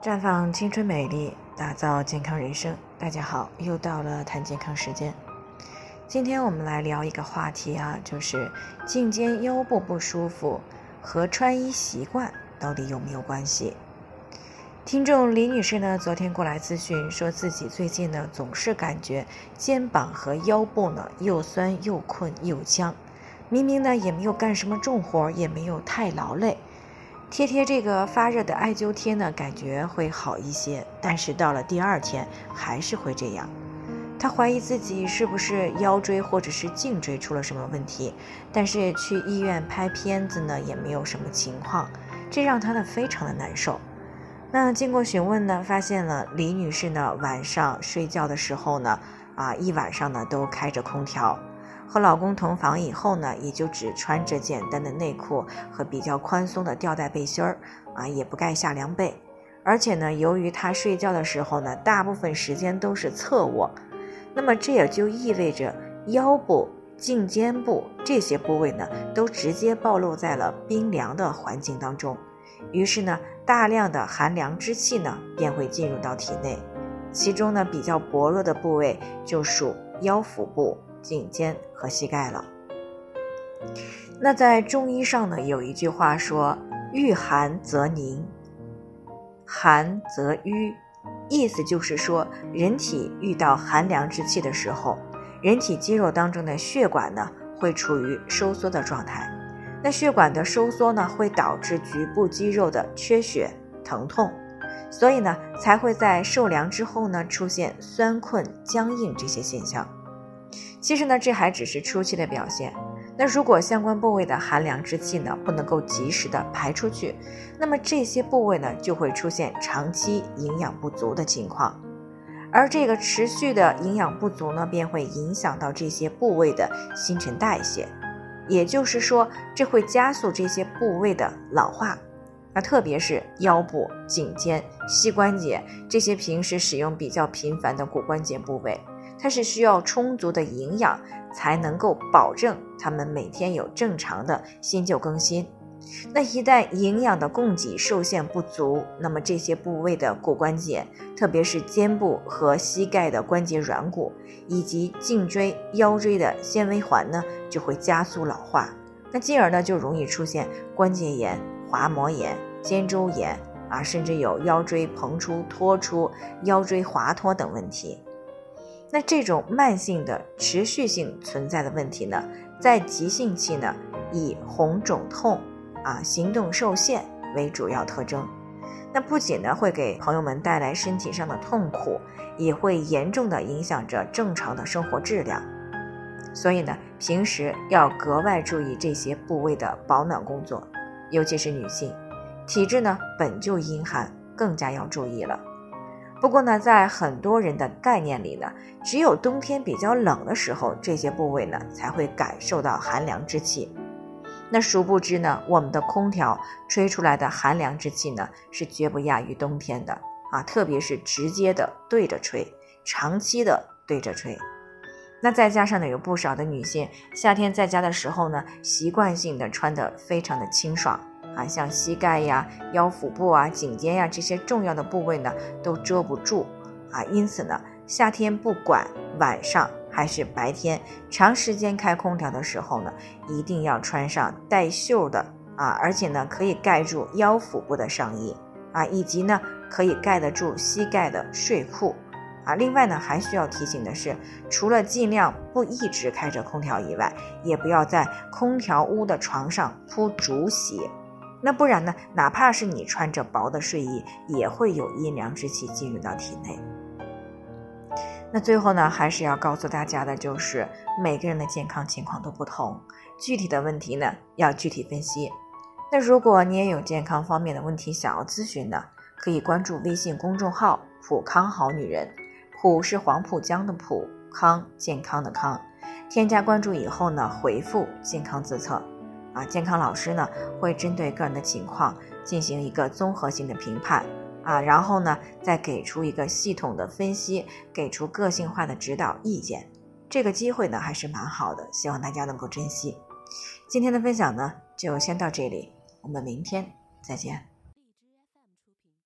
绽放青春美丽，打造健康人生。大家好，又到了谈健康时间。今天我们来聊一个话题就是颈肩腰部不舒服和穿衣习惯到底有没有关系？听众李女士呢，昨天过来咨询，说自己最近呢总是感觉肩膀和腰部呢又酸又困又僵，明明呢也没有干什么重活，也没有太劳累，贴这个发热的艾灸贴呢，感觉会好一些，但是到了第二天还是会这样。她怀疑自己是不是腰椎或者是颈椎出了什么问题，但是去医院拍片子呢也没有什么情况，这让她呢非常的难受。那经过询问呢，发现了李女士呢晚上睡觉的时候呢一晚上呢都开着空调，和老公同房以后呢，也就只穿着简单的内裤和比较宽松的吊带背心也不盖下凉被。而且呢，由于她睡觉的时候呢，大部分时间都是侧卧，那么这也就意味着腰部、颈肩部这些部位呢，都直接暴露在了冰凉的环境当中。于是呢，大量的寒凉之气呢，便会进入到体内。其中呢，比较薄弱的部位就属腰腹部、颈肩和膝盖了。那在中医上呢，有一句话说，遇寒则凝，寒则瘀，意思就是说，人体遇到寒凉之气的时候，人体肌肉当中的血管呢会处于收缩的状态。那血管的收缩呢，会导致局部肌肉的缺血、疼痛，所以呢，才会在受凉之后呢，出现酸困、僵硬这些现象。其实呢，这还只是初期的表现。那如果相关部位的寒凉之气呢，不能够及时的排出去，那么这些部位呢，就会出现长期营养不足的情况。而这个持续的营养不足呢，便会影响到这些部位的新陈代谢，也就是说，这会加速这些部位的老化。那特别是腰部、颈肩、膝关节这些平时使用比较频繁的骨关节部位，它是需要充足的营养才能够保证它们每天有正常的新旧更新。那一旦营养的供给受限不足，那么这些部位的骨关节，特别是肩部和膝盖的关节软骨，以及颈椎、腰椎的纤维环呢，就会加速老化。那进而呢，就容易出现关节炎、滑膜炎、肩周炎甚至有腰椎膨出、脱出、腰椎滑脱等问题。那这种慢性的持续性存在的问题呢，在急性期呢，以红肿痛行动受限为主要特征。那不仅呢会给朋友们带来身体上的痛苦，也会严重的影响着正常的生活质量。所以呢，平时要格外注意这些部位的保暖工作，尤其是女性，体质呢本就阴寒，更加要注意了。不过呢，在很多人的概念里呢，只有冬天比较冷的时候，这些部位呢才会感受到寒凉之气。那殊不知呢，我们的空调吹出来的寒凉之气呢，是绝不亚于冬天的特别是直接的对着吹，长期的对着吹。那再加上呢，有不少的女性夏天在家的时候呢，习惯性的穿得非常的清爽像膝盖呀、腰腹部颈肩呀这些重要的部位呢，都遮不住因此呢，夏天不管晚上还是白天，长时间开空调的时候呢，一定要穿上带袖的而且呢可以盖住腰腹部的上衣以及呢可以盖得住膝盖的睡裤另外呢，还需要提醒的是，除了尽量不一直开着空调以外，也不要在空调屋的床上铺竹席，那不然呢，哪怕是你穿着薄的睡衣，也会有阴凉之气进入到体内。那最后呢，还是要告诉大家的就是，每个人的健康情况都不同，具体的问题呢，要具体分析。那如果你也有健康方面的问题想要咨询呢，可以关注微信公众号普康好女人，普是黄浦江的普，康健康的康。添加关注以后呢，回复健康自测健康老师呢会针对个人的情况进行一个综合性的评判然后呢再给出一个系统的分析，给出个性化的指导意见。这个机会呢还是蛮好的，希望大家能够珍惜。今天的分享呢就先到这里，我们明天再见。